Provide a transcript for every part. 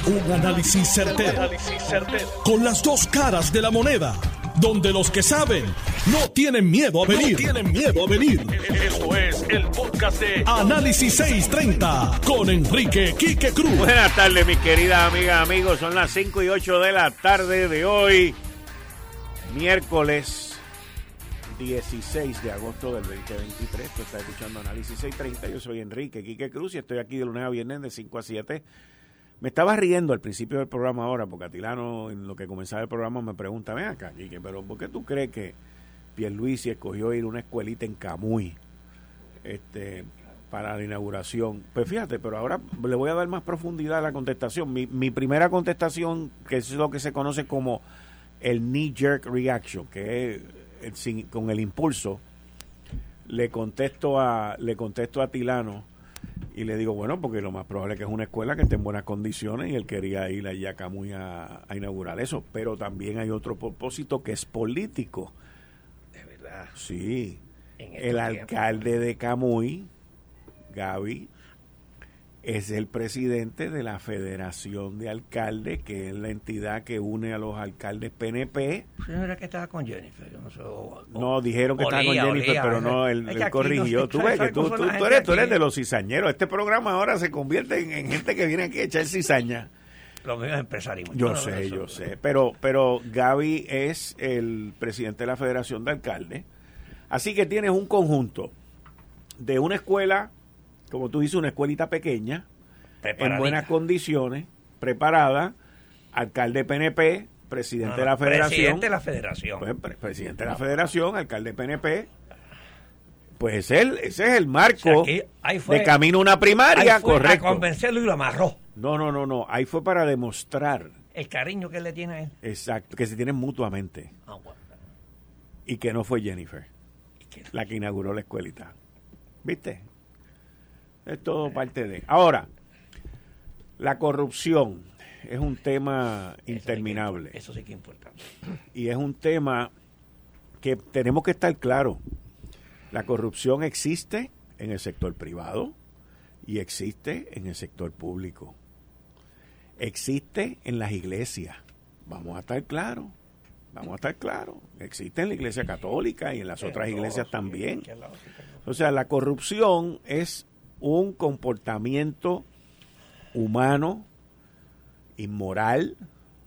Un análisis certero, con las dos caras de la moneda, donde los que saben no tienen miedo a venir. Esto es el podcast de Análisis 630 con Enrique Quique Cruz. Buenas tardes, mis queridas amigas, amigos. Son las 5:08 de la tarde de hoy, miércoles 16 de agosto del 2023. Tú estás escuchando Análisis 630. Yo soy Enrique Quique Cruz y estoy aquí de lunes a viernes de 5 a 7. Me estaba riendo al principio del programa ahora, porque Atilano, en lo que comenzaba el programa, me pregunta, ven acá, Quique, pero ¿por qué tú crees que Pierluisi escogió ir a una escuelita en Camuy para la inauguración? Pues fíjate, pero ahora le voy a dar más profundidad a la contestación. Mi primera contestación, que es lo que se conoce como el knee-jerk reaction, que es con el impulso, le contesto a Atilano y le digo, bueno, porque lo más probable es que es una escuela que esté en buenas condiciones y él quería ir allá a Camuy a inaugurar eso. Pero también hay otro propósito que es político. De verdad. Sí. El alcalde de Camuy, Gaby, es el presidente de la Federación de Alcaldes, que es la entidad que une a los alcaldes PNP. ¿No era que estaba con Jennifer? No, dijeron que estaba con Jennifer, pero no, él corrigió. No, tú ves que tú eres de los cizañeros. Este programa ahora se convierte en gente que viene aquí a echar cizaña. Los medios empresarios. Yo sé. Pero Gaby es el presidente de la Federación de Alcaldes. Así que tienes un conjunto de una escuela, como tú dices, una escuelita pequeña, en buenas condiciones, preparada, alcalde PNP, presidente de la Federación. Presidente de la Federación. Pues, presidente de la Federación, alcalde PNP. Pues ese es el marco de camino a una primaria, correcto. A convencerlo y lo amarró. No. Ahí fue para demostrar el cariño que él le tiene a él. Exacto, que se tienen mutuamente. Bueno. Y que no fue Jennifer la que inauguró la escuelita. ¿Viste? Es todo parte de... Ahora, la corrupción es un tema interminable. Eso sí que es importante. Y es un tema que tenemos que estar claros. La corrupción existe en el sector privado y existe en el sector público. Existe en las iglesias. Vamos a estar claros. Existe en la iglesia católica y en las otras iglesias también. O sea, la corrupción es un comportamiento humano, inmoral,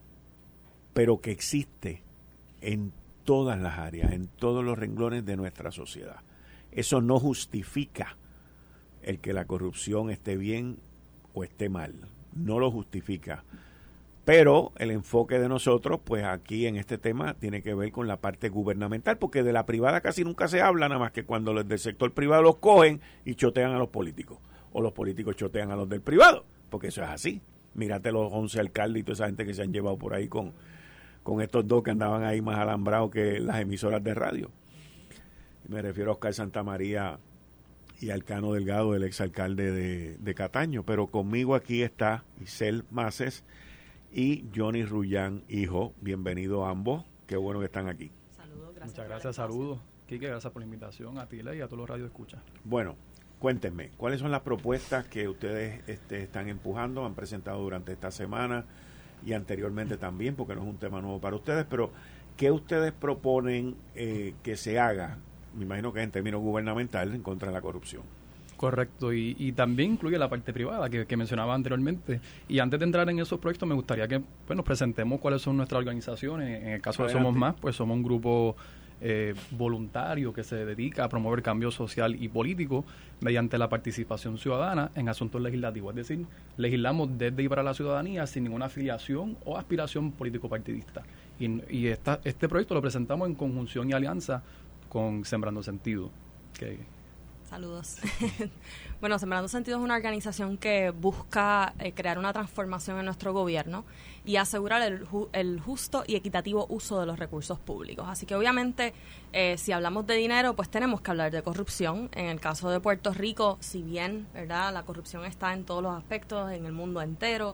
pero que existe en todas las áreas, en todos los renglones de nuestra sociedad. Eso no justifica el que la corrupción esté bien o esté mal, no lo justifica. Pero el enfoque de nosotros, pues aquí en este tema, tiene que ver con la parte gubernamental, porque de la privada casi nunca se habla, nada más que cuando los del sector privado los cogen y chotean a los políticos, o los políticos chotean a los del privado, porque eso es así. Mírate los 11 alcaldes y toda esa gente que se han llevado por ahí con estos dos que andaban ahí más alambrados que las emisoras de radio. Me refiero a Oscar Santamaría y a Alcano Delgado, el exalcalde de Cataño, pero conmigo aquí está Isel Maces y Johnny Rullán, hijo. Bienvenidos ambos. Qué bueno que están aquí. Saludos, gracias. Muchas gracias, saludos. Quique, gracias por la invitación a Tila y a todos los radioescuchas. Bueno, cuéntenme, ¿cuáles son las propuestas que ustedes están empujando, han presentado durante esta semana y anteriormente también, porque no es un tema nuevo para ustedes, pero ¿qué ustedes proponen que se haga? Me imagino que en términos gubernamentales, en contra de la corrupción. Correcto, y también incluye la parte privada que mencionaba anteriormente. Y antes de entrar en esos proyectos, me gustaría que nos presentemos cuáles son nuestras organizaciones. En el caso de Somos Más, pues somos un grupo voluntario que se dedica a promover cambio social y político mediante la participación ciudadana en asuntos legislativos. Es decir, legislamos desde y para la ciudadanía sin ninguna afiliación o aspiración político-partidista. Y este proyecto lo presentamos en conjunción y alianza con Sembrando Sentido. Saludos. Bueno, Sembrando Sentido es una organización que busca crear una transformación en nuestro gobierno y asegurar el justo y equitativo uso de los recursos públicos. Así que obviamente, si hablamos de dinero, pues tenemos que hablar de corrupción. En el caso de Puerto Rico, si bien, ¿verdad?, la corrupción está en todos los aspectos, en el mundo entero,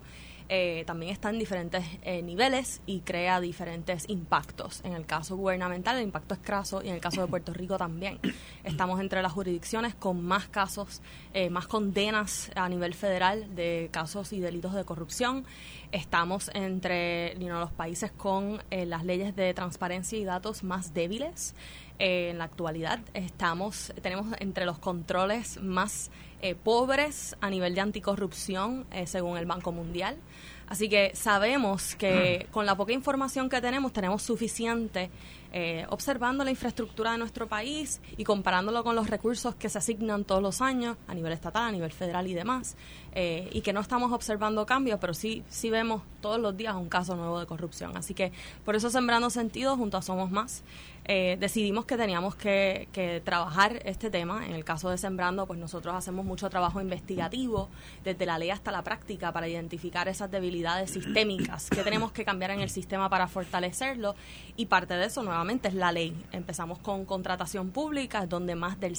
también está en diferentes niveles y crea diferentes impactos. En el caso gubernamental el impacto es craso y en el caso de Puerto Rico también. Estamos entre las jurisdicciones con más casos, más condenas a nivel federal de casos y delitos de corrupción. Estamos entre los países con las leyes de transparencia y datos más débiles. En la actualidad tenemos entre los controles más pobres a nivel de anticorrupción según el Banco Mundial. Así que sabemos que con la poca información que tenemos suficiente observando la infraestructura de nuestro país y comparándolo con los recursos que se asignan todos los años a nivel estatal, a nivel federal y demás, y que no estamos observando cambios, pero sí vemos todos los días un caso nuevo de corrupción. Así que por eso, Sembrando Sentido, junto a Somos Más, decidimos que teníamos que trabajar este tema. En el caso de Sembrando, pues nosotros hacemos mucho trabajo investigativo, desde la ley hasta la práctica, para identificar esas debilidades sistémicas que tenemos que cambiar en el sistema para fortalecerlo, y parte de eso nuevamente es la ley. Empezamos con contratación pública, donde más del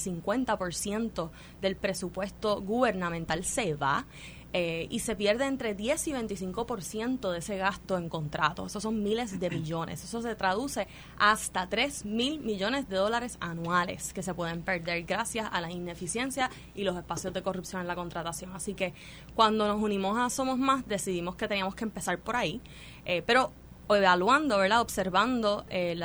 50% del presupuesto gubernamental se va, y se pierde entre 10 y 25% de ese gasto en contratos. Esos son miles de billones. Eso se traduce hasta $3,000 millones anuales que se pueden perder gracias a la ineficiencia y los espacios de corrupción en la contratación. Así que cuando nos unimos a Somos Más, decidimos que teníamos que empezar por ahí, pero evaluando, ¿verdad?, observando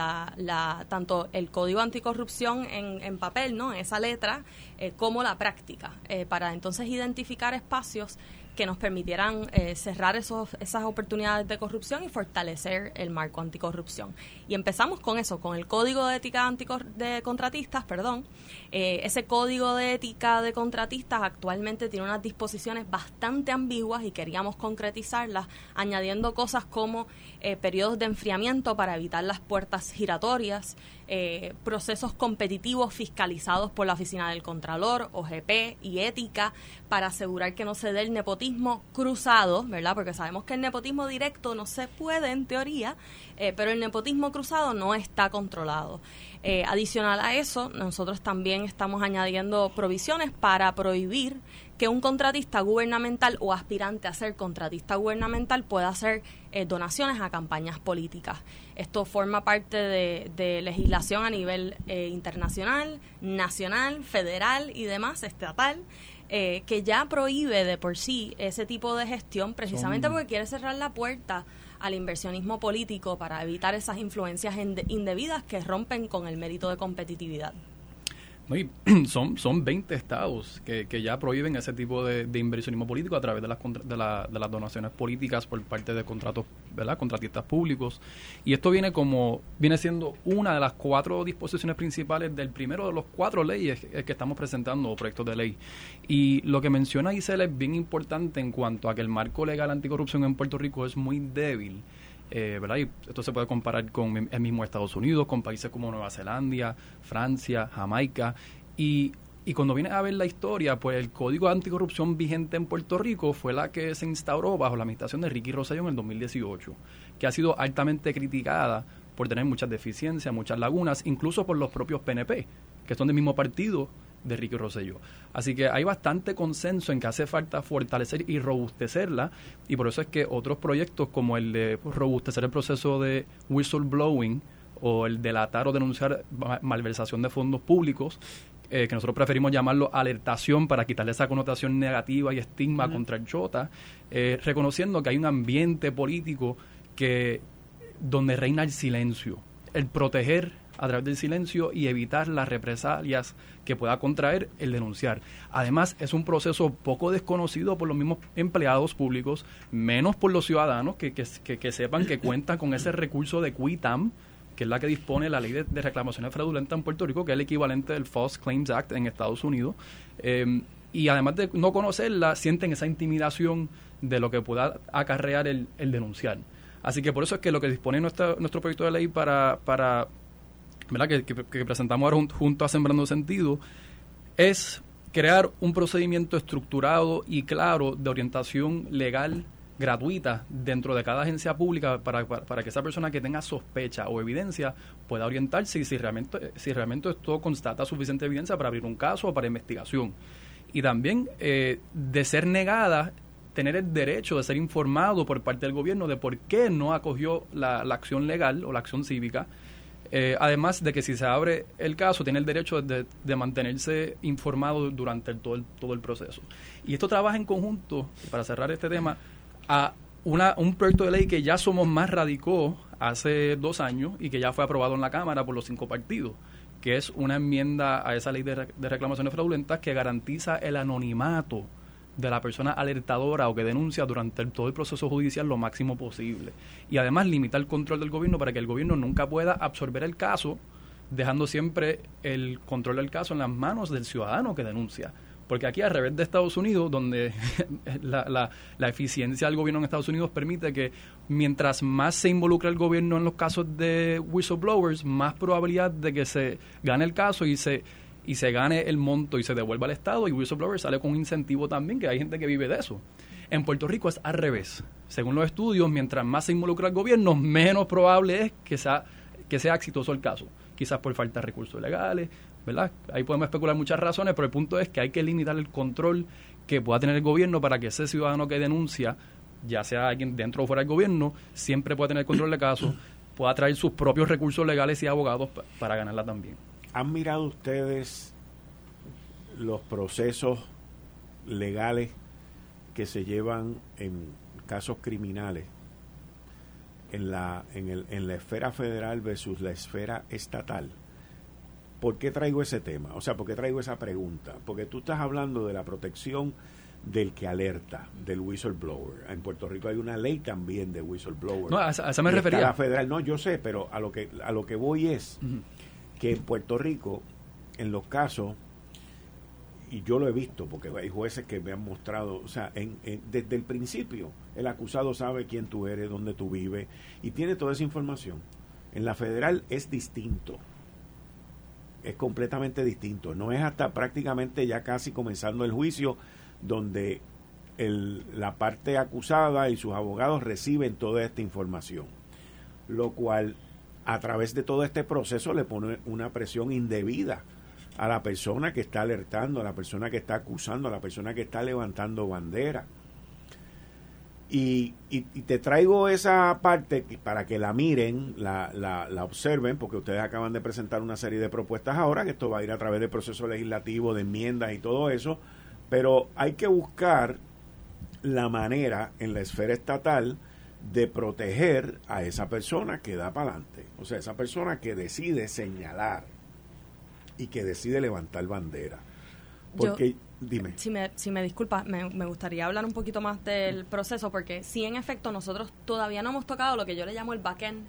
tanto el Código Anticorrupción en papel, ¿no?, esa letra, como la práctica, para entonces identificar espacios que nos permitieran cerrar esas oportunidades de corrupción y fortalecer el marco anticorrupción. Y empezamos con eso, con el Código de Ética de Contratistas, ese Código de Ética de Contratistas actualmente tiene unas disposiciones bastante ambiguas y queríamos concretizarlas, añadiendo cosas como periodos de enfriamiento para evitar las puertas giratorias, procesos competitivos fiscalizados por la Oficina del Contralor, OGP y ética, para asegurar que no se dé el nepotismo cruzado, ¿verdad? Porque sabemos que el nepotismo directo no se puede en teoría, pero el nepotismo cruzado no está controlado. Adicional a eso, nosotros también estamos añadiendo provisiones para prohibir que un contratista gubernamental o aspirante a ser contratista gubernamental pueda hacer donaciones a campañas políticas. Esto forma parte de legislación a nivel internacional, nacional, federal y demás, estatal, que ya prohíbe de por sí ese tipo de gestión, precisamente porque quiere cerrar la puerta al inversionismo político para evitar esas influencias indebidas que rompen con el mérito de competitividad. No, y son 20 estados que ya prohíben ese tipo de inversionismo político a través de las donaciones políticas por parte de contratos, ¿verdad?, contratistas públicos. Y esto viene siendo una de las 4 disposiciones principales del primero de los 4 leyes que estamos presentando, o proyectos de ley. Y lo que menciona Gisela es bien importante en cuanto a que el marco legal anticorrupción en Puerto Rico es muy débil. ¿Verdad? Y esto se puede comparar con el mismo Estados Unidos, con países como Nueva Zelanda, Francia, Jamaica, y cuando vienes a ver la historia, pues el Código de Anticorrupción vigente en Puerto Rico fue la que se instauró bajo la administración de Ricky Rosselló en el 2018, que ha sido altamente criticada por tener muchas deficiencias, muchas lagunas, incluso por los propios PNP, que son del mismo partido de Ricky Rosselló. Así que hay bastante consenso en que hace falta fortalecer y robustecerla, y por eso es que otros proyectos como el de robustecer el proceso de whistleblowing o el delatar o denunciar malversación de fondos públicos, que nosotros preferimos llamarlo alertación para quitarle esa connotación negativa y estigma contra el chota, reconociendo que hay un ambiente político donde reina el silencio, el proteger a través del silencio y evitar las represalias que pueda contraer el denunciar. Además, es un proceso poco desconocido por los mismos empleados públicos, menos por los ciudadanos que sepan que cuentan con ese recurso de QUITAM, que es la que dispone la ley de reclamaciones fraudulentas en Puerto Rico, que es el equivalente del False Claims Act en Estados Unidos. Y además de no conocerla, sienten esa intimidación de lo que pueda acarrear el denunciar. Así que por eso es que lo que dispone nuestro proyecto de ley para ¿verdad?, que presentamos ahora junto a Sembrando Sentido, es crear un procedimiento estructurado y claro de orientación legal gratuita dentro de cada agencia pública para que esa persona que tenga sospecha o evidencia pueda orientarse y si realmente esto constata suficiente evidencia para abrir un caso o para investigación. Y también, de ser negada, tener el derecho de ser informado por parte del gobierno de por qué no acogió la acción legal o la acción cívica. Además de que si se abre el caso, tiene el derecho de mantenerse informado durante todo el proceso. Y esto trabaja en conjunto, para cerrar este tema, a un proyecto de ley que ya Somos Más radicó hace 2 años y que ya fue aprobado en la Cámara por los 5 partidos, que es una enmienda a esa ley de reclamaciones fraudulentas que garantiza el anonimato de la persona alertadora o que denuncia durante todo el proceso judicial lo máximo posible. Y además limita el control del gobierno para que el gobierno nunca pueda absorber el caso, dejando siempre el control del caso en las manos del ciudadano que denuncia. Porque aquí, al revés de Estados Unidos, donde la eficiencia del gobierno en Estados Unidos permite que mientras más se involucra el gobierno en los casos de whistleblowers, más probabilidad de que se gane el caso y se gane el monto y se devuelva al Estado, y whistleblower sale con un incentivo también, que hay gente que vive de eso. En Puerto Rico es al revés. Según los estudios, mientras más se involucra el gobierno, menos probable es que sea exitoso el caso. Quizás por falta de recursos legales, ¿verdad? Ahí podemos especular muchas razones, pero el punto es que hay que limitar el control que pueda tener el gobierno para que ese ciudadano que denuncia, ya sea alguien dentro o fuera del gobierno, siempre pueda tener control del caso, pueda traer sus propios recursos legales y abogados para ganarla también. ¿Han mirado ustedes los procesos legales que se llevan en casos criminales en la esfera federal versus la esfera estatal? ¿Por qué traigo ese tema? O sea, ¿por qué traigo esa pregunta? Porque tú estás hablando de la protección del que alerta, del whistleblower. En Puerto Rico hay una ley también de whistleblower. No, a esa me refería. La federal, no, yo sé, pero a lo que voy es que en Puerto Rico, en los casos, y yo lo he visto, porque hay jueces que me han mostrado, o sea, desde el principio, el acusado sabe quién tú eres, dónde tú vives, y tiene toda esa información. En la federal es distinto. Es completamente distinto. No es hasta prácticamente ya casi comenzando el juicio donde la parte acusada y sus abogados reciben toda esta información. Lo cual, a través de todo este proceso, le pone una presión indebida a la persona que está alertando, a la persona que está acusando, a la persona que está levantando bandera. Y te traigo esa parte para que la miren, la observen, porque ustedes acaban de presentar una serie de propuestas ahora, que esto va a ir a través del proceso legislativo, de enmiendas y todo eso, pero hay que buscar la manera en la esfera estatal de proteger a esa persona que da para adelante, o sea, esa persona que decide señalar y que decide levantar bandera. Porque, dime. Si me disculpas, me gustaría hablar un poquito más del proceso, porque sí, en efecto, nosotros todavía no hemos tocado lo que yo le llamo el backend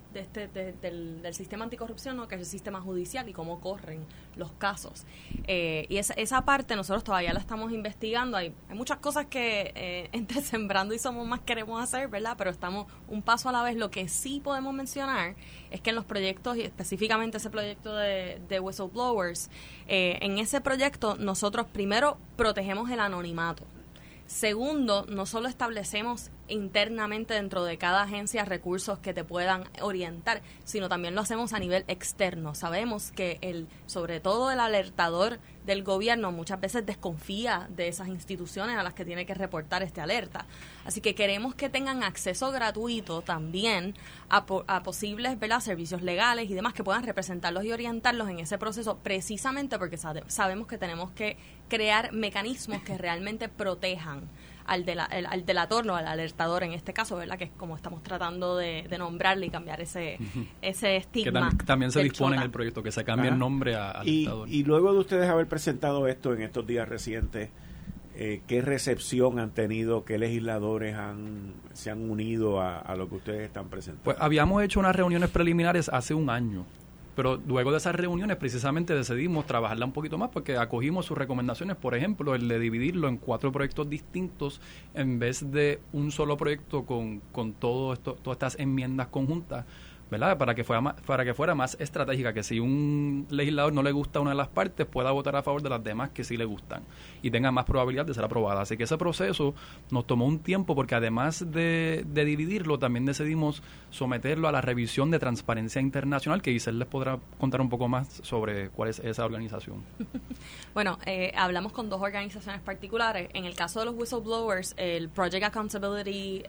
del sistema anticorrupción, ¿no? Que es el sistema judicial y cómo corren los casos. Y esa parte nosotros todavía la estamos investigando. Hay muchas cosas que entre Sembrando y Somos Más queremos hacer, ¿verdad? Pero estamos un paso a la vez. Lo que sí podemos mencionar es que en los proyectos, y específicamente ese proyecto de whistleblowers, en ese proyecto nosotros primero protegemos el anonimato. Segundo, no solo establecemos internamente dentro de cada agencia recursos que te puedan orientar, sino también lo hacemos a nivel externo. Sabemos que sobre todo el alertador del gobierno muchas veces desconfía de esas instituciones a las que tiene que reportar este alerta. Así que queremos que tengan acceso gratuito también a posibles, ¿verdad?, servicios legales y demás que puedan representarlos y orientarlos en ese proceso, precisamente porque sabemos que tenemos que crear mecanismos que realmente protejan al delator, no al alertador en este caso, ¿verdad? Que es como estamos tratando de nombrarle y cambiar ese estigma. Que también se dispone en el proyecto que se cambie el nombre a alertador. Y luego de ustedes haber presentado esto en estos días recientes, ¿qué recepción han tenido? ¿Qué legisladores se han unido a lo que ustedes están presentando? Pues habíamos hecho unas reuniones preliminares hace un año. Pero luego de esas reuniones precisamente decidimos trabajarla un poquito más porque acogimos sus recomendaciones, por ejemplo, el de dividirlo en 4 proyectos distintos en vez de un solo proyecto con todas estas enmiendas conjuntas, ¿verdad? Para que fuera más estratégica, que si un legislador no le gusta una de las partes, pueda votar a favor de las demás que sí le gustan y tenga más probabilidad de ser aprobada. Así que ese proceso nos tomó un tiempo porque además de dividirlo, también decidimos someterlo a la revisión de Transparencia Internacional, que Giselle les podrá contar un poco más sobre cuál es esa organización. Bueno, hablamos con dos organizaciones particulares. En el caso de los whistleblowers, el Project Accountability,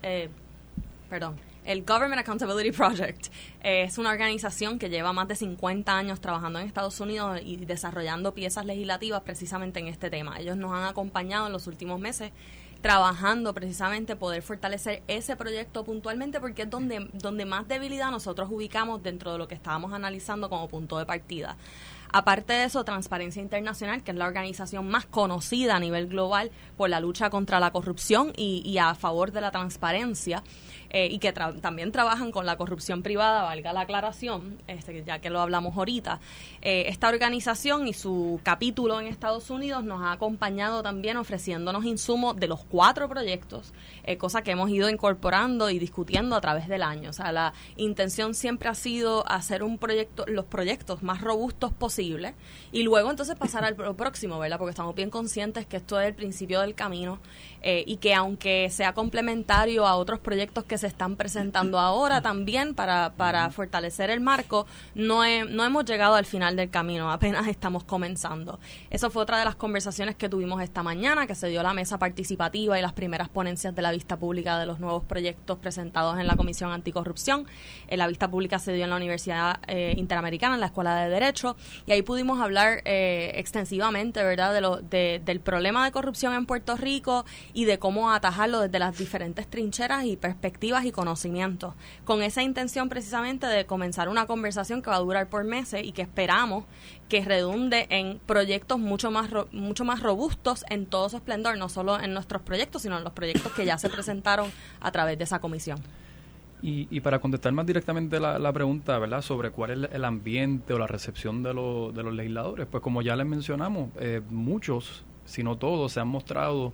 el Government Accountability Project es una organización que lleva más de 50 años trabajando en Estados Unidos y desarrollando piezas legislativas precisamente en este tema. Ellos nos han acompañado en los últimos meses trabajando precisamente poder fortalecer ese proyecto puntualmente, porque es donde más debilidad nosotros ubicamos dentro de lo que estábamos analizando como punto de partida. Aparte de eso, Transparencia Internacional, que es la organización más conocida a nivel global por la lucha contra la corrupción y a favor de la transparencia, y que también trabajan con la corrupción privada, valga la aclaración, ya que lo hablamos ahorita. Esta organización y su capítulo en Estados Unidos nos ha acompañado también ofreciéndonos insumos de los 4 proyectos, cosa que hemos ido incorporando y discutiendo a través del año. O sea, la intención siempre ha sido hacer los proyectos más robustos posibles y luego entonces pasar al próximo, ¿verdad? Porque estamos bien conscientes que esto es el principio del camino, y que aunque sea complementario a otros proyectos que se están presentando ahora también para fortalecer el marco, no hemos llegado al final del camino, apenas estamos comenzando. Eso fue otra de las conversaciones que tuvimos esta mañana, que se dio la mesa participativa y las primeras ponencias de la vista pública de los nuevos proyectos presentados en la Comisión Anticorrupción. La vista pública se dio en la Universidad Interamericana, en la Escuela de Derecho, y ahí pudimos hablar extensivamente, ¿verdad?, del problema de corrupción en Puerto Rico y de cómo atajarlo desde las diferentes trincheras y perspectivas y conocimientos, con esa intención precisamente de comenzar una conversación que va a durar por meses y que esperamos que redunde en proyectos mucho más robustos en todo su esplendor, no solo en nuestros proyectos, sino en los proyectos que ya se presentaron a través de esa comisión. Y para contestar más directamente la pregunta, ¿verdad?, sobre cuál es el ambiente o la recepción de los legisladores, pues como ya les mencionamos, muchos, si no todos, se han mostrado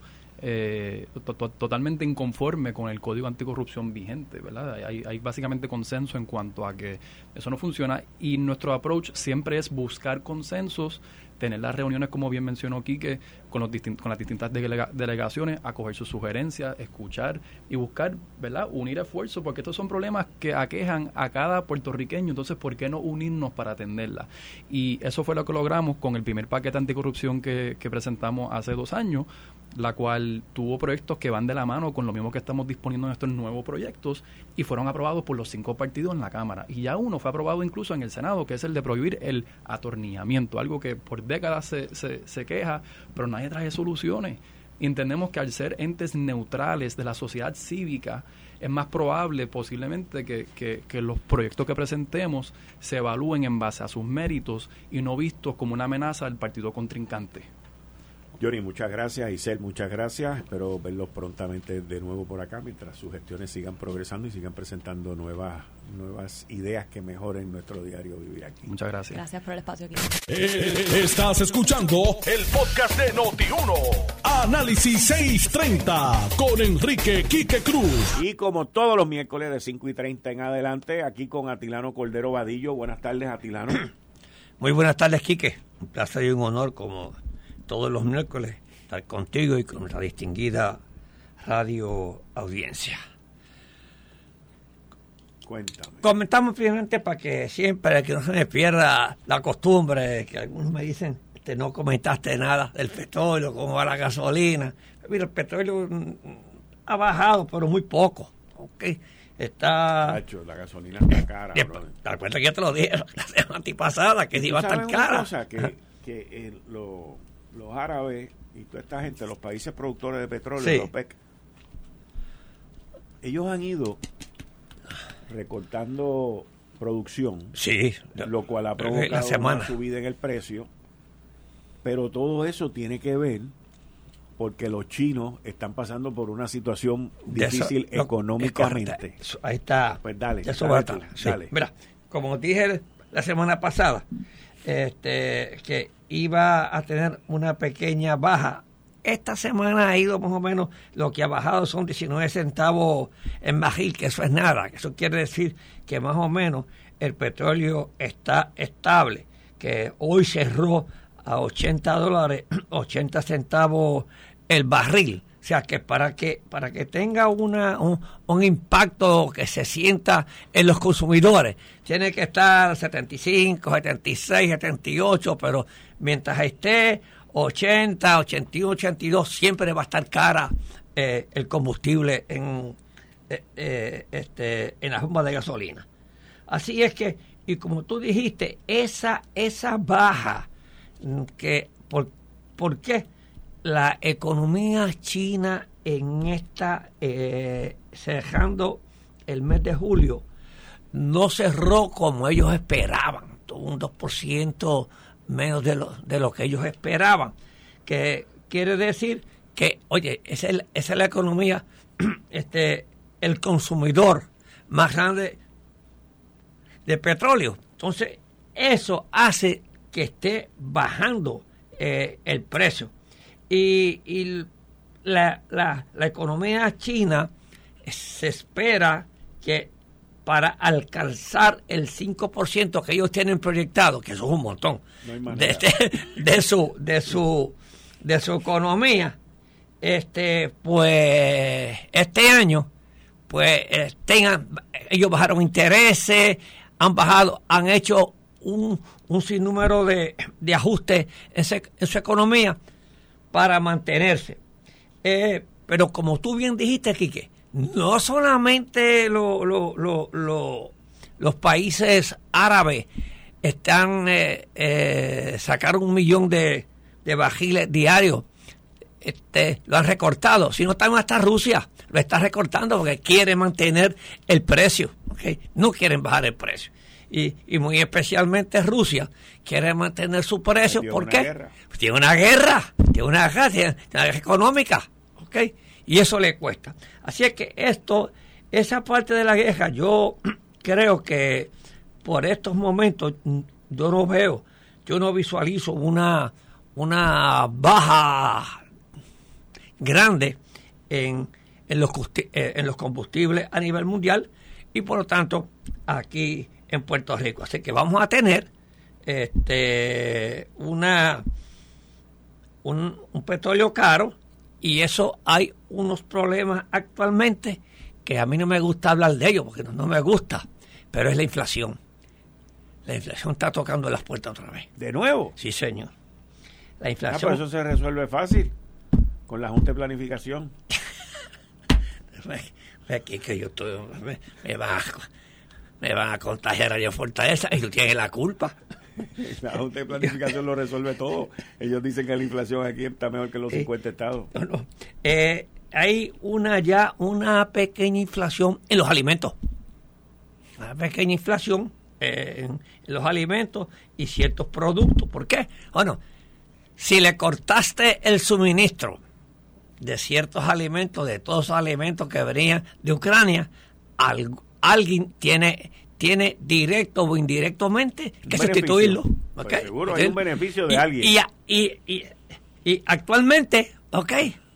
totalmente inconforme con el código anticorrupción vigente, ¿verdad? Hay básicamente consenso en cuanto a que eso no funciona, y nuestro approach siempre es buscar consensos, tener las reuniones, como bien mencionó Quique, con las distintas delegaciones, acoger sus sugerencias, escuchar y buscar, ¿verdad?, unir esfuerzos, porque estos son problemas que aquejan a cada puertorriqueño. Entonces, ¿por qué no unirnos para atenderlas? Y eso fue lo que logramos con el primer paquete anticorrupción que presentamos hace 2 años, la cual tuvo proyectos que van de la mano con lo mismo que estamos disponiendo en estos nuevos proyectos, y fueron aprobados por los 5 partidos en la Cámara, y ya uno fue aprobado incluso en el Senado, que es el de prohibir el atornillamiento, algo que por décadas se queja, pero nadie trae soluciones. Y entendemos que al ser entes neutrales de la sociedad cívica, es más probable posiblemente que los proyectos que presentemos se evalúen en base a sus méritos y no vistos como una amenaza al partido contrincante. Johnny, muchas gracias. Giselle, muchas gracias. Espero verlos prontamente de nuevo por acá mientras sus gestiones sigan progresando y sigan presentando nuevas ideas que mejoren nuestro diario vivir aquí. Muchas gracias. Gracias por el espacio aquí. Estás escuchando el podcast de Noti1. Análisis 630 con Enrique Quique Cruz. Y como todos los miércoles de 5:30 en adelante, aquí con Atilano Cordero Vadillo. Buenas tardes, Atilano. Muy buenas tardes, Quique. Un placer y un honor, como todos los miércoles, estar contigo y con nuestra distinguida radio audiencia. Cuéntame. Comentamos primeramente para que no se me pierda la costumbre, que algunos me dicen, no comentaste nada del petróleo, cómo va la gasolina. Mira, el petróleo ha bajado, pero muy poco. ¿Okay? La gasolina está cara. ¿Te das cuenta que ya te lo dije la semana pasada, que iba a estar cara? Cosa que los árabes y toda esta gente, los países productores de petróleo, sí, los OPEC, ellos han ido recortando producción, sí, lo cual ha provocado una subida en el precio, pero todo eso tiene que ver porque los chinos están pasando por una situación difícil económicamente. Ahí está. Pues dale. Dale. Mira, como dije la semana pasada, que iba a tener una pequeña baja esta semana ha ido más o menos, lo que ha bajado son 19 centavos en barril, que eso es nada, que eso quiere decir que más o menos el petróleo está estable, que hoy cerró a $80, 80 centavos el barril. O sea, que para que tenga un impacto que se sienta en los consumidores, tiene que estar 75, 76, 78, pero mientras esté 80, 81, 82, siempre va a estar cara el combustible en la bomba de gasolina. Así es que, y como tú dijiste, esa baja, ¿por qué? La economía china en cerrando el mes de julio no cerró como ellos esperaban, un 2% menos de lo que ellos esperaban, que quiere decir que, oye, esa es la economía, el consumidor más grande de petróleo. Entonces, eso hace que esté bajando el precio. Y la economía china se espera que para alcanzar el 5% que ellos tienen proyectado, que eso es un montón, no de su economía, pues este año, pues ellos bajaron intereses, han hecho un sinnúmero de ajustes en su economía para mantenerse. Pero como tú bien dijiste, Quique, no solamente los países árabes están sacaron 1 millón de barriles diarios, lo han recortado, sino también hasta Rusia lo está recortando porque quiere mantener el precio, ¿okay? No quieren bajar el precio. Y muy especialmente Rusia quiere mantener su precio. ¿Por qué? Pues tiene una guerra económica, ¿ok? Y eso le cuesta. Así es que esa parte de la guerra, yo creo que por estos momentos yo no visualizo una baja grande en los combustibles a nivel mundial y por lo tanto aquí en Puerto Rico. Así que vamos a tener un petróleo caro y eso hay unos problemas actualmente que a mí no me gusta hablar de ellos porque no me gusta, pero es la inflación. La inflación está tocando las puertas otra vez. ¿De nuevo? Sí, señor. La inflación... Pero eso se resuelve fácil con la Junta de Planificación. Aquí que yo estoy... Me van a contagiar a yo Fortaleza y tú tienes la culpa. La Junta de Planificación lo resuelve todo. Ellos dicen que la inflación aquí está mejor que los 50 estados. No. Hay una pequeña inflación en los alimentos. Una pequeña inflación en los alimentos y ciertos productos. ¿Por qué? Bueno, si le cortaste el suministro de ciertos alimentos, de todos esos alimentos que venían de Ucrania, alguien tiene directo o indirectamente que sustituirlo. ¿Okay? Pues seguro hay un beneficio de alguien. Y actualmente, ¿ok?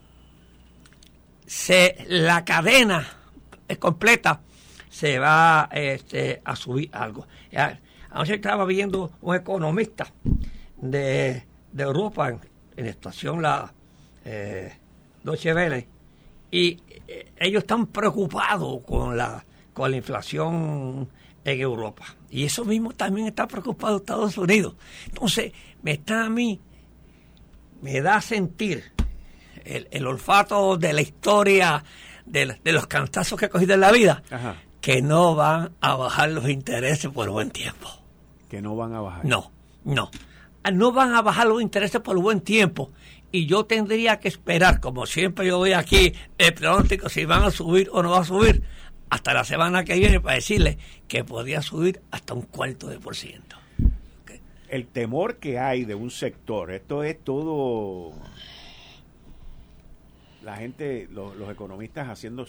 La cadena completa se va a subir algo. Anoche estaba viendo un economista de Europa en la estación Deutsche Welle y ellos están preocupados con la inflación en Europa. Y eso mismo también está preocupado Estados Unidos. Entonces, me da a sentir el olfato de la historia de los cantazos que he cogido en la vida. Ajá. Que no van a bajar los intereses por buen tiempo. Que no van a bajar. No van a bajar los intereses por buen tiempo. Y yo tendría que esperar, como siempre yo doy aquí el pronóstico, si van a subir o no van a subir, hasta la semana que viene para decirle que podría subir hasta 0.25%. ¿Okay? El temor que hay de un sector, esto es todo... La gente, los economistas haciendo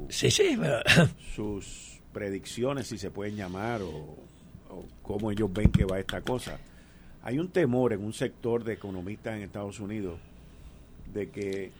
sus predicciones, si se pueden llamar, o cómo ellos ven que va esta cosa. Hay un temor en un sector de economistas en Estados Unidos de que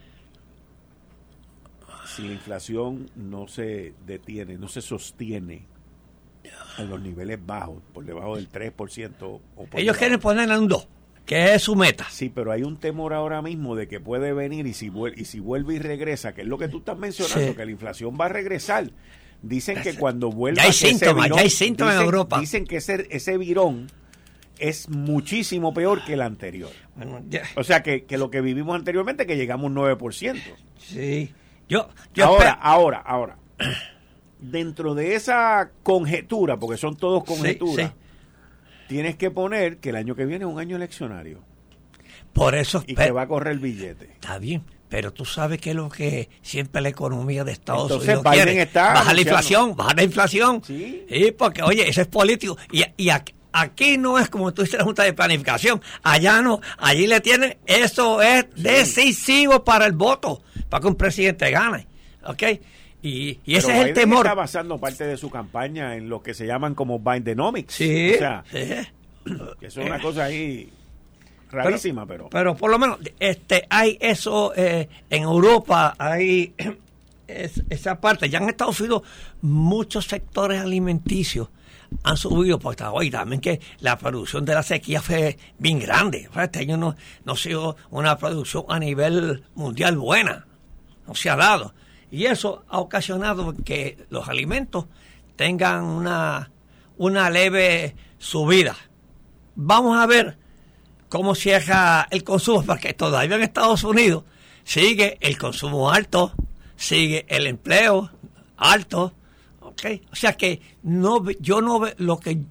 si la inflación no se detiene, no se sostiene en los niveles bajos, por debajo del 3%. O por Ellos debajo. quieren ponerle un 2, que es su meta. Sí, pero hay un temor ahora mismo de que puede venir y si vuelve y regresa, que es lo que tú estás mencionando, Sí. que la inflación va a regresar. Dicen que cuando vuelva... Ya hay ese síntomas, virón, ya hay síntomas en Europa. Dicen que ese virón es muchísimo peor que el anterior. Bueno, ya, O sea, que lo que vivimos anteriormente, que llegamos a un 9%. sí. Yo Ahora, dentro de esa conjetura, porque son todos conjeturas, sí. tienes que poner que el año que viene es un año eleccionario por eso y que va a correr el billete. está bien, pero tú sabes que es lo que siempre la economía de Estados Entonces, Unidos Biden quiere, está bajar la anunciando. inflación, bajar la inflación. Sí. Porque oye, eso es político y aquí no es como tú dices la Junta de Planificación, allá no, allí le tienen, eso es decisivo para el voto, para que un presidente gane, ¿ok? Y ese Pero es el Biden temor. está basando parte de su campaña en lo que se llaman como Bidenomics. Sí, O sea, sí. que eso es una cosa ahí rarísima, pero Pero por lo menos hay eso en Europa, hay esa parte. Ya en Estados Unidos muchos sectores alimenticios han subido, porque hoy también que la producción de la sequía fue bien grande. Este año no ha sido una producción a nivel mundial buena, no se ha dado. Y eso ha ocasionado que los alimentos tengan una leve subida. Vamos a ver cómo cierra el consumo, porque todavía en Estados Unidos sigue el consumo alto, sigue el empleo alto, ¿okay? O sea que yo no veo lo que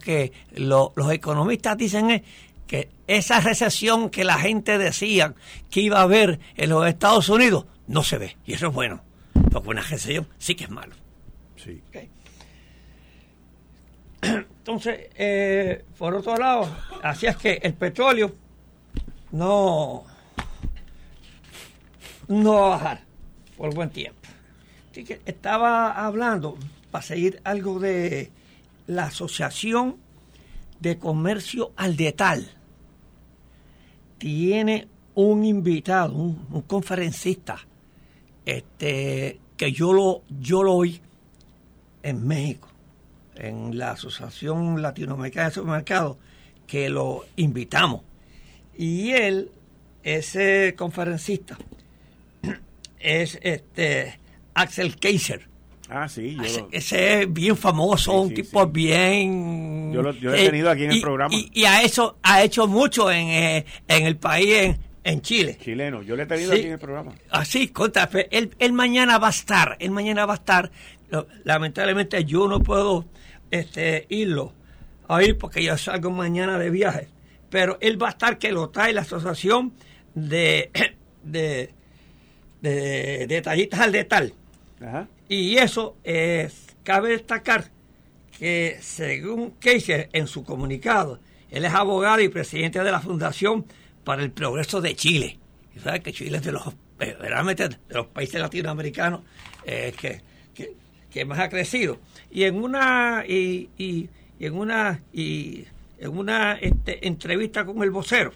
los economistas dicen es que esa recesión que la gente decía que iba a haber en los Estados Unidos no se ve, y eso es bueno, porque una recesión sí que es malo. sí. Okay. Entonces, por otro lado, así es que el petróleo no va a bajar por buen tiempo. Así que estaba hablando, para seguir algo de la Asociación de Comercio al Detal. Tiene un invitado, un conferencista, que yo lo oí en México, en la Asociación Latinoamericana de Supermercados, que lo invitamos. Y él, ese conferencista, es Axel Kaiser. Ah, sí. Ese es bien famoso, Sí, un sí, tipo sí. bien... Yo lo he tenido aquí en el programa. Y ha hecho mucho en el país, en Chile. Chileno, yo lo he tenido Sí. aquí en el programa. Así, él mañana va a estar. Lamentablemente yo no puedo irlo a ir porque yo salgo mañana de viaje. Pero él va a estar, que lo trae la Asociación de Detallistas al Detal. Ajá. Y eso cabe destacar que según Kaiser en su comunicado, él es abogado y presidente de la Fundación para el Progreso de Chile. Y sabe que Chile es realmente de los países latinoamericanos que más ha crecido. Y en una entrevista con El Vocero,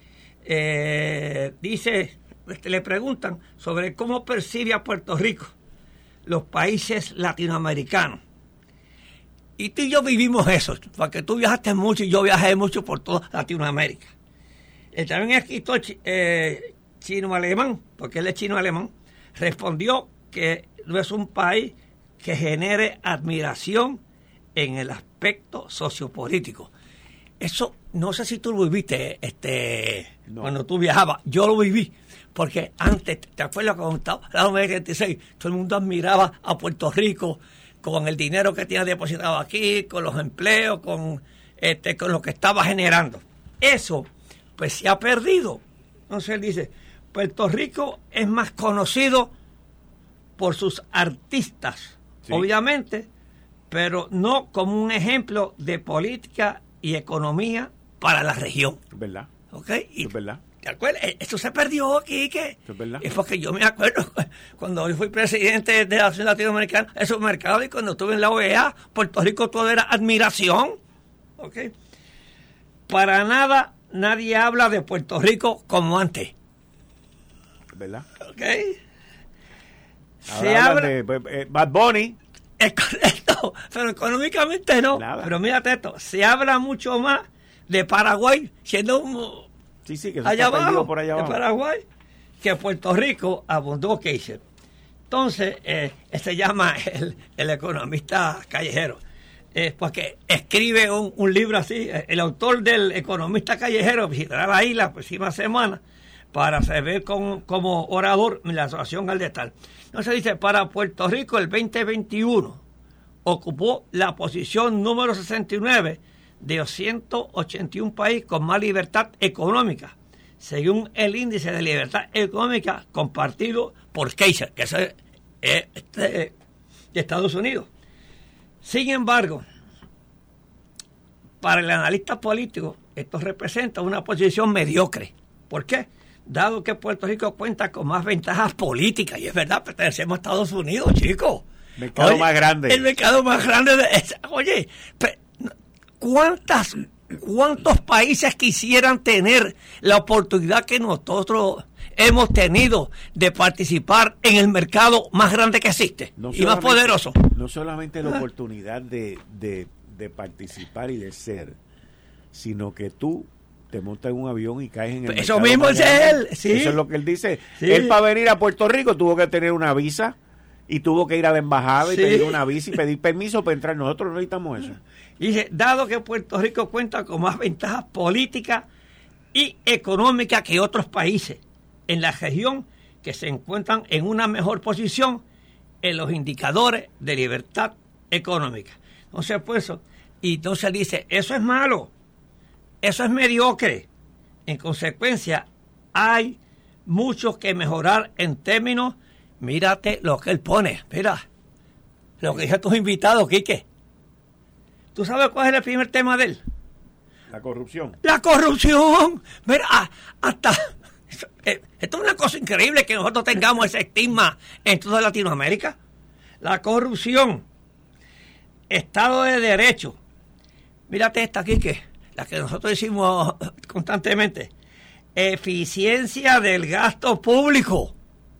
dice, le preguntan sobre cómo percibe a Puerto Rico los países latinoamericanos. Y tú y yo vivimos eso, porque tú viajaste mucho y yo viajé mucho por toda Latinoamérica. También el escritor chino-alemán, porque él es chino-alemán, respondió que no es un país que genere admiración en el aspecto sociopolítico. Eso, no sé si tú lo viviste No. cuando tú viajabas. Yo lo viví, porque antes, ¿te acuerdas cuando estaba en la 96? Todo el mundo admiraba a Puerto Rico con el dinero que tenía depositado aquí, con los empleos, con lo que estaba generando. Eso, pues, se ha perdido. Entonces él dice, Puerto Rico es más conocido por sus artistas, Sí. obviamente, pero no como un ejemplo de política y economía para la región. Es verdad. ¿Ok? Es verdad. ¿Te acuerdas? Eso se perdió aquí, ¿qué? Es verdad. Es porque yo me acuerdo cuando yo fui presidente de la Asociación Latinoamericana de Supermercados y cuando estuve en la OEA, Puerto Rico todo era admiración. ¿Ok? Para nada, nadie habla de Puerto Rico como antes. ¿verdad? ¿Ok? Ahora Se hablan habla... de Bad Bunny. Es correcto, pero económicamente no. Nada. Pero mírate esto, se habla mucho más de Paraguay, siendo un... Sí, que eso allá está perdido abajo, por allá de abajo. Paraguay, que Puerto Rico abundó Kaiser. Entonces, se llama el economista callejero, porque escribe un libro así. El autor del economista callejero visitará la isla la próxima semana para servir como orador en la asociación Galdetal. Entonces dice, para Puerto Rico el 2021 ocupó la posición número 69 de 281 países con más libertad económica, según el índice de libertad económica compartido por Kaiser, que es de Estados Unidos. Sin embargo, para el analista político, esto representa una posición mediocre. ¿Por qué? Dado que Puerto Rico cuenta con más ventajas políticas, y es verdad, pertenecemos a Estados Unidos, chicos. Mercado más grande. El mercado más grande. Oye, ¿cuántos países quisieran tener la oportunidad que nosotros hemos tenido de participar en el mercado más grande que existe y más poderoso? No solamente la oportunidad de participar y de ser, sino que tú te montas en un avión y caes en el Eso mercado mismo más es grande. él, sí. Eso es lo que él dice. Sí. Él, para venir a Puerto Rico, tuvo que tener una visa y tuvo que ir a la embajada y Sí. pedir una visa y pedir permiso para entrar. Nosotros no necesitamos eso. Y dice, dado que Puerto Rico cuenta con más ventajas políticas y económicas que otros países en la región que se encuentran en una mejor posición en los indicadores de libertad económica. Entonces, pues eso, y entonces dice, eso es malo, eso es mediocre. En consecuencia, hay mucho que mejorar en términos, mírate lo que él pone, mira, lo que dice tus invitados, Quique. ¿Tú sabes cuál es el primer tema de él? La corrupción. La corrupción. Mira, hasta... Esto es una cosa increíble que nosotros tengamos ese estigma en toda Latinoamérica. La corrupción. Estado de Derecho. Mírate esta aquí, la que nosotros decimos constantemente. Eficiencia del gasto público.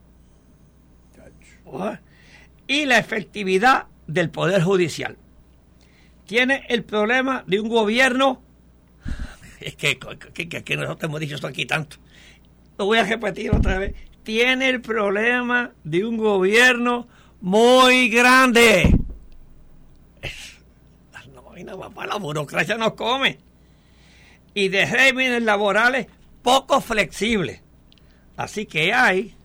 Y la efectividad del Poder Judicial. Tiene el problema de un gobierno... Es que nosotros hemos dicho esto aquí tanto. Lo voy a repetir otra vez. Tiene el problema de un gobierno muy grande. La burocracia nos come. Y de regímenes laborales poco flexibles. Así que hay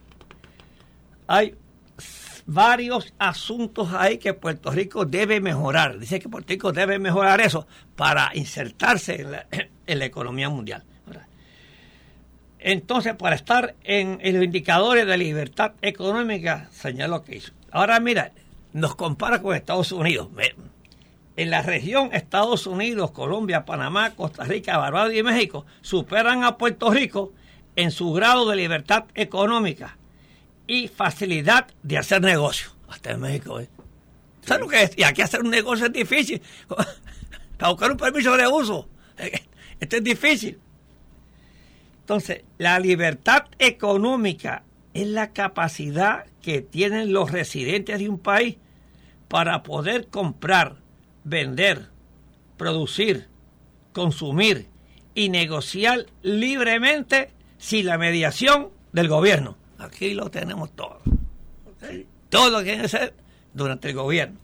varios asuntos ahí que Puerto Rico debe mejorar. Dice que Puerto Rico debe mejorar eso para insertarse en la economía mundial. Entonces, para estar en los indicadores de libertad económica, señaló que hizo. Ahora, mira, nos compara con Estados Unidos. En la región, Estados Unidos, Colombia, Panamá, Costa Rica, Barbados y México superan a Puerto Rico en su grado de libertad económica y facilidad de hacer negocio. Hasta en México, ¿Sabes lo que es? Y aquí hacer un negocio es difícil. Para buscar un permiso de uso. Esto es difícil. Entonces, la libertad económica es la capacidad que tienen los residentes de un país para poder comprar, vender, producir, consumir y negociar libremente sin la mediación del gobierno. Aquí lo tenemos todo. ¿Okay? Todo lo que tiene que ser durante el gobierno.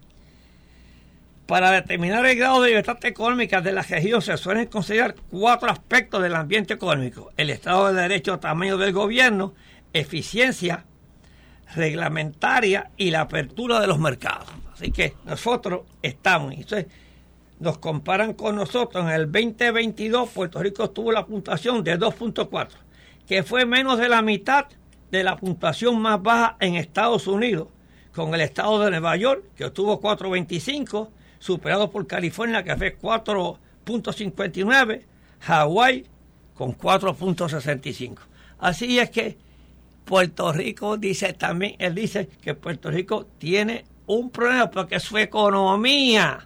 Para determinar el grado de libertad económica de la región se suelen considerar 4 aspectos del ambiente económico: el Estado de Derecho, tamaño del gobierno, eficiencia reglamentaria y la apertura de los mercados. Así que nosotros estamos, entonces nos comparan con nosotros. En el 2022 Puerto Rico tuvo la puntuación de 2.4, que fue menos de la mitad de la puntuación más baja en Estados Unidos, con el estado de Nueva York, que obtuvo 4.25, superado por California, que fue 4.59, Hawái con 4.65. Así es que Puerto Rico dice también, él dice que Puerto Rico tiene un problema porque su economía,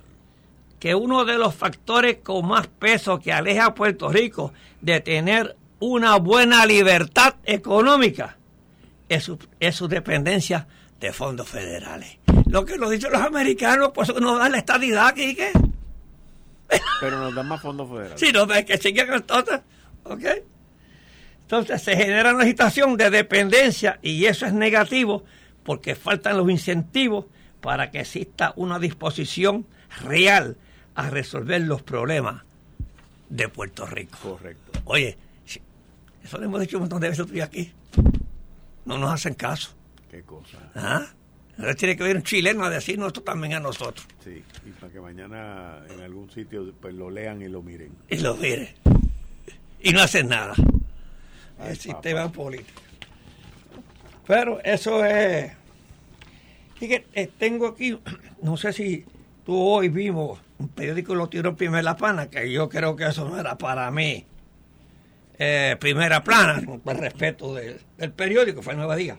que uno de los factores con más peso que aleja a Puerto Rico de tener una buena libertad económica es su dependencia de fondos federales. Lo que nos dicen los americanos, pues nos dan la estadidad, ¿qué? Pero nos dan más fondos federales. Sí, no, que siguen entonces, ¿ok? Entonces se genera una situación de dependencia y eso es negativo porque faltan los incentivos para que exista una disposición real a resolver los problemas de Puerto Rico. Correcto. Oye, eso lo hemos dicho un montón de veces tú y aquí. No nos hacen caso. Qué cosa. ¿Ah? Ahora tiene que venir un chileno a decirnos esto también a nosotros. Sí, y para que mañana en algún sitio pues lo lean y lo miren. Y lo miren. Y no hacen nada. Ay, el sistema político. Pero eso es... Fíjate, tengo aquí, no sé si tú hoy vimos un periódico lo tiró en Primera Plana, que yo creo que eso no era para mí. Primera Plana, con respeto del periódico, fue Nueva Día.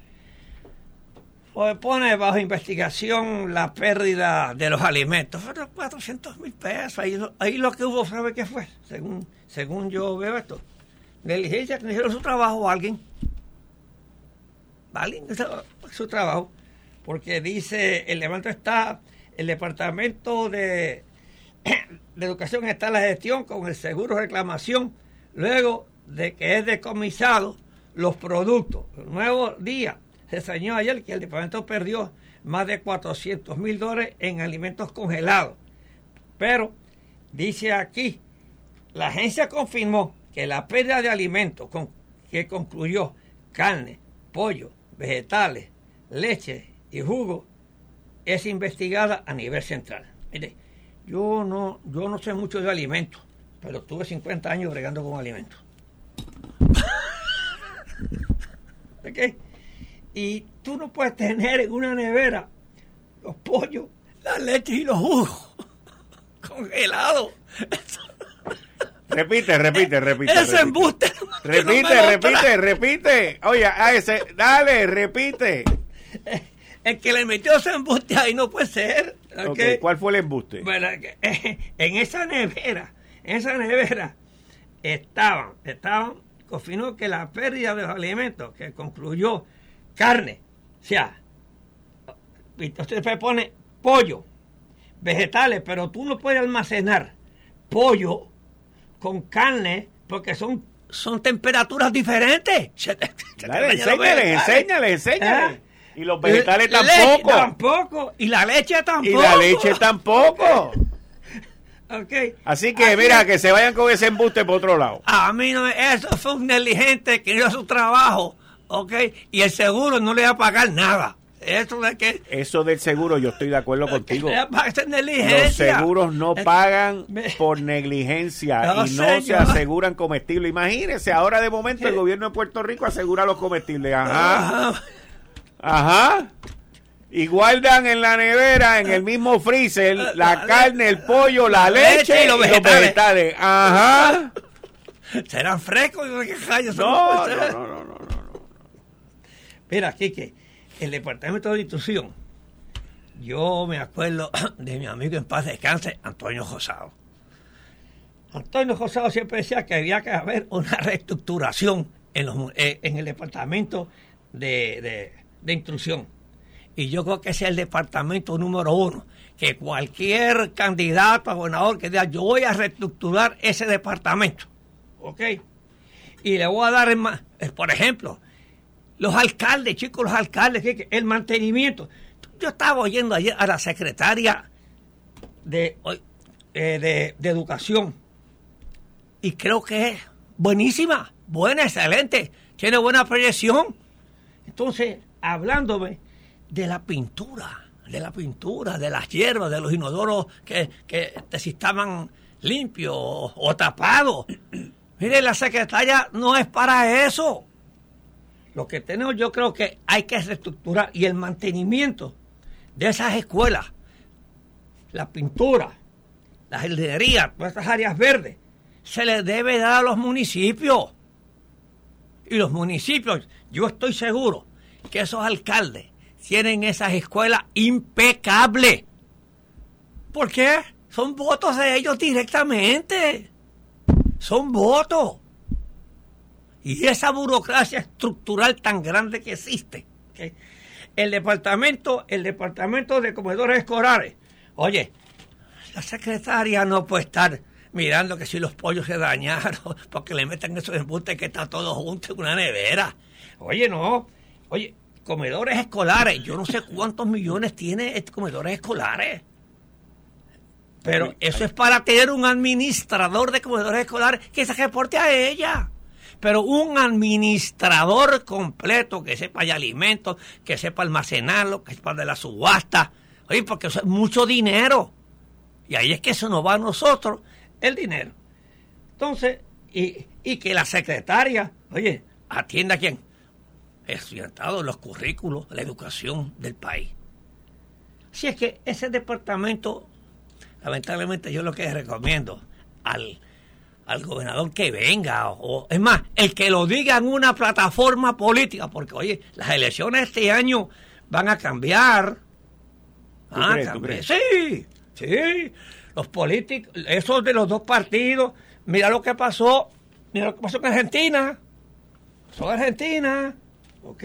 Pues pone bajo investigación la pérdida de los alimentos. Fueron 400,000 pesos. Ahí lo que hubo, ¿sabe qué fue? Según yo veo esto. Negligencia, que no hicieron su trabajo a alguien. ¿Alguien hizo su trabajo? Porque dice, el Departamento de Educación está en la gestión con el seguro reclamación, luego de que es decomisado los productos. El Nuevo Día se señaló ayer que el departamento perdió más de $400,000 en alimentos congelados. Pero, dice aquí, la agencia confirmó que la pérdida de alimentos que concluyó carne, pollo, vegetales, leche y jugo es investigada a nivel central. Mire, yo no sé mucho de alimentos, pero tuve 50 años bregando con alimentos. ¿Ok? Y tú no puedes tener en una nevera los pollos, la leche y los jugos congelados. Repite. Ese embuste. Repite. Oye, dale, repite. El que le metió ese embuste ahí no puede ser. Okay, ¿cuál fue el embuste? Bueno, en esa nevera estaban, confirmó que la pérdida de los alimentos que concluyó carne, o sea, entonces se pone pollo, vegetales, pero tú no puedes almacenar pollo con carne porque son temperaturas diferentes. Dale, enséñale. Y los vegetales tampoco. Y la leche tampoco. Okay. Así que mira, que se vayan con ese embuste por otro lado. A mí no, eso fue un negligente que hizo su trabajo, y el seguro no le va a pagar nada. Eso del seguro yo estoy de acuerdo contigo. Negligencia. Los seguros no pagan por negligencia y no se aseguran comestibles. Imagínense, ahora de momento el gobierno de Puerto Rico asegura los comestibles. Ajá. Y guardan en la nevera, en el mismo freezer, la carne, el pollo, la leche y los vegetales. Ajá. ¿Serán frescos? No. Mira, Quique, el Departamento de Instrucción, yo me acuerdo de mi amigo en paz descanse, Antonio Josado. Antonio Josado siempre decía que había que haber una reestructuración en el Departamento de Instrucción. Y yo creo que ese es el departamento número 1, que cualquier candidato a gobernador que diga, yo voy a reestructurar ese departamento, ¿ok? Y le voy a dar, por ejemplo, los alcaldes, el mantenimiento. Yo estaba oyendo ayer a la secretaria de Educación y creo que es buenísima, buena, excelente, tiene buena proyección. Entonces, hablándome de la pintura, de las hierbas, de los inodoros que si estaban limpios o tapados. Mire, la secretaria no es para eso. Lo que tenemos, yo creo que hay que reestructurar y el mantenimiento de esas escuelas, la pintura, la jardinería, todas esas áreas verdes, se les debe dar a los municipios. Y los municipios, yo estoy seguro que esos alcaldes tienen esas escuelas impecables. ¿Por qué? Son votos de ellos directamente. Son votos. y esa burocracia estructural tan grande que existe. ¿Okay? El departamento de comedores escolares. Oye, la secretaria no puede estar mirando que si los pollos se dañaron, porque le meten esos embustes que está todo junto en una nevera. Oye, no. Oye, comedores escolares. Yo no sé cuántos millones tiene comedores escolares. Pero eso es para tener un administrador de comedores escolares que se reporte a ella. Pero un administrador completo que sepa de alimentos, que sepa almacenarlo, que sepa de la subasta. Oye, porque eso es mucho dinero. Y ahí es que eso nos va a nosotros el dinero. Entonces, y que la secretaria, oye, atienda a quién. Estudiantado, los currículos, la educación del país. Así es que ese departamento, lamentablemente yo lo que recomiendo al gobernador que venga, o es más, el que lo diga en una plataforma política, porque oye, las elecciones este año van a cambiar. ¿Tú crees? Sí. Los políticos, esos de los dos partidos, mira lo que pasó en Argentina. ¿Ok?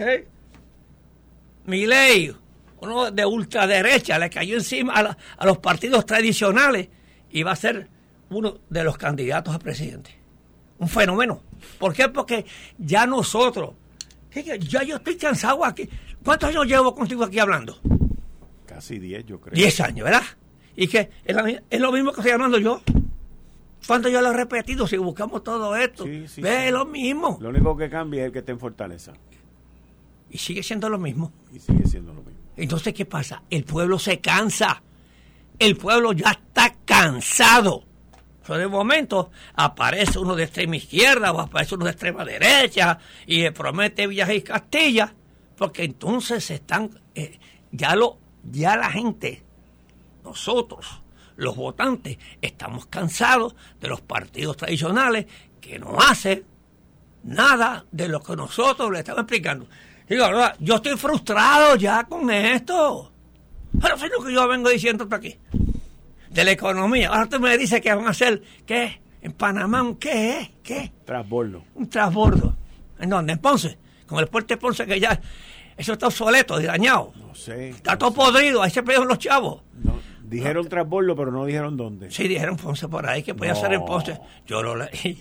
Milei, uno de ultraderecha, le cayó encima a los partidos tradicionales y va a ser uno de los candidatos a presidente. Un fenómeno. ¿Por qué? Porque ya nosotros, ya yo estoy cansado aquí. ¿Cuántos años llevo contigo aquí hablando? Casi 10, yo creo. 10 años, ¿verdad? Y que es lo mismo que estoy hablando yo. ¿Cuánto yo lo he repetido? Si buscamos todo esto, sí, es lo mismo. Lo único que cambia es el que esté en Fortaleza. Y sigue siendo lo mismo. Entonces, ¿qué pasa? El pueblo se cansa. El pueblo ya está cansado. Pero de momento aparece uno de extrema izquierda o aparece uno de extrema derecha y le promete Villas y Castilla, porque entonces están ya la gente, nosotros, los votantes, estamos cansados de los partidos tradicionales que no hacen nada de lo que nosotros le estamos explicando. Digo, ¿verdad? Yo estoy frustrado ya con esto. Pero es lo que yo vengo diciendo hasta aquí. De la economía. Ahora tú me dices que van a hacer, ¿qué? En Panamá, ¿qué es? ¿Qué? Transbordo. Un transbordo. ¿En dónde? En Ponce. Con el puerto de Ponce que ya, eso está obsoleto y dañado. No sé. Está todo podrido, ahí se pelean los chavos. No, dijeron transbordo, pero no dijeron dónde. Sí, dijeron Ponce por ahí, que podía ser en Ponce. Yo lo leí.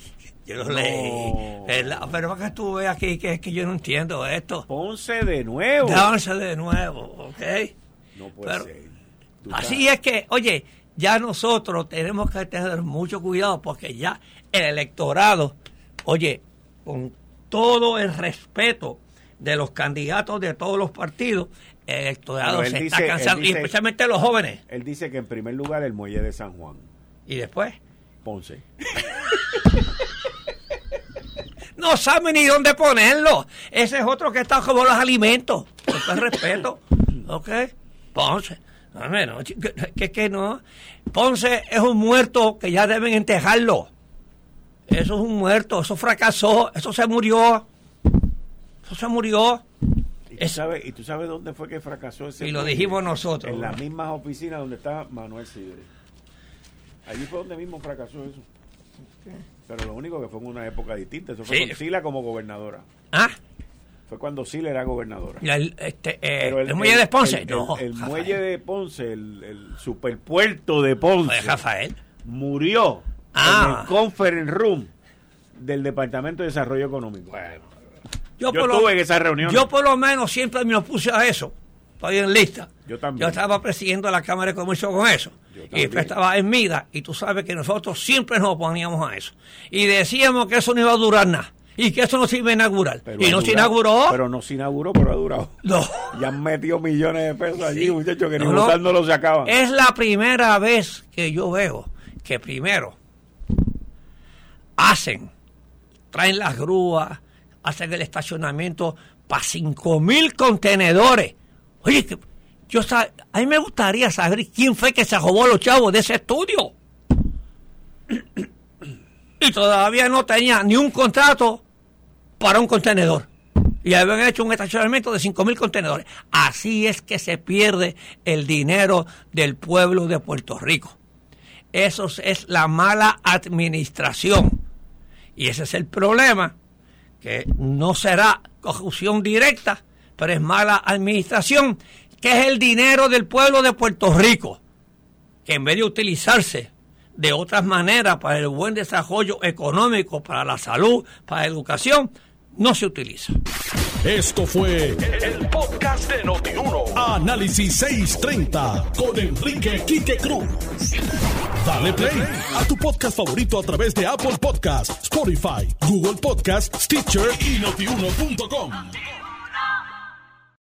Pero para que tú veas aquí que es que yo no entiendo esto. Ponce de nuevo. ¿Ok? No puede ser. Así es que, oye, ya nosotros tenemos que tener mucho cuidado porque ya el electorado, oye, con todo el respeto de los candidatos de todos los partidos, el electorado se está cansando, y especialmente los jóvenes. Él dice que en primer lugar el muelle de San Juan. ¿Y después? Ponce. No sabe ni dónde ponerlo. Ese es otro que está como los alimentos. Con todo el respeto. ¿Ok? Ponce. Que no. Ponce es un muerto que ya deben enterrarlo. Eso es un muerto. Eso fracasó. Eso se murió. ¿Y tú sabes dónde fue que fracasó ese? Y lo dijimos nosotros. En las mismas oficinas donde estaba Manuel Sidre. Allí fue donde mismo fracasó eso. Pero lo único que fue en una época distinta. Eso fue con Sila como gobernadora. Fue cuando Sila era gobernadora. ¿El muelle de Ponce? El muelle de Ponce, el superpuerto de Ponce. Rafael. Murió en el conference room del Departamento de Desarrollo Económico. Bueno, yo estuve en esa reunión. Yo por lo menos siempre me opuse a eso. Estoy en lista. Yo también. Yo estaba presidiendo la Cámara de Comercio con eso. Y después estaba en Mida. Y tú sabes que nosotros siempre nos oponíamos a eso. Y decíamos que eso no iba a durar nada. Y que eso no se iba a inaugurar. Pero y no se inauguró. Pero no se inauguró, pero ha durado. No. Ya han metido millones de pesos allí, muchachos, que ni votándolo se acaban. Es la primera vez que yo veo que primero traen las grúas, hacen el estacionamiento para 5,000 contenedores. Oye, a mí me gustaría saber quién fue que se robó los chavos de ese estudio. Y todavía no tenía ni un contrato para un contenedor. Y habían hecho un estacionamiento de 5,000 contenedores. Así es que se pierde el dinero del pueblo de Puerto Rico. Eso es la mala administración. Y ese es el problema que no será corrupción directa, pero es mala administración, que es el dinero del pueblo de Puerto Rico, que en vez de utilizarse de otras maneras para el buen desarrollo económico, para la salud, para la educación, no se utiliza. Esto fue el podcast de Noti1. Análisis 630 con Enrique Quique Cruz. Dale play a tu podcast favorito a través de Apple Podcasts, Spotify, Google Podcasts, Stitcher y Notiuno.com.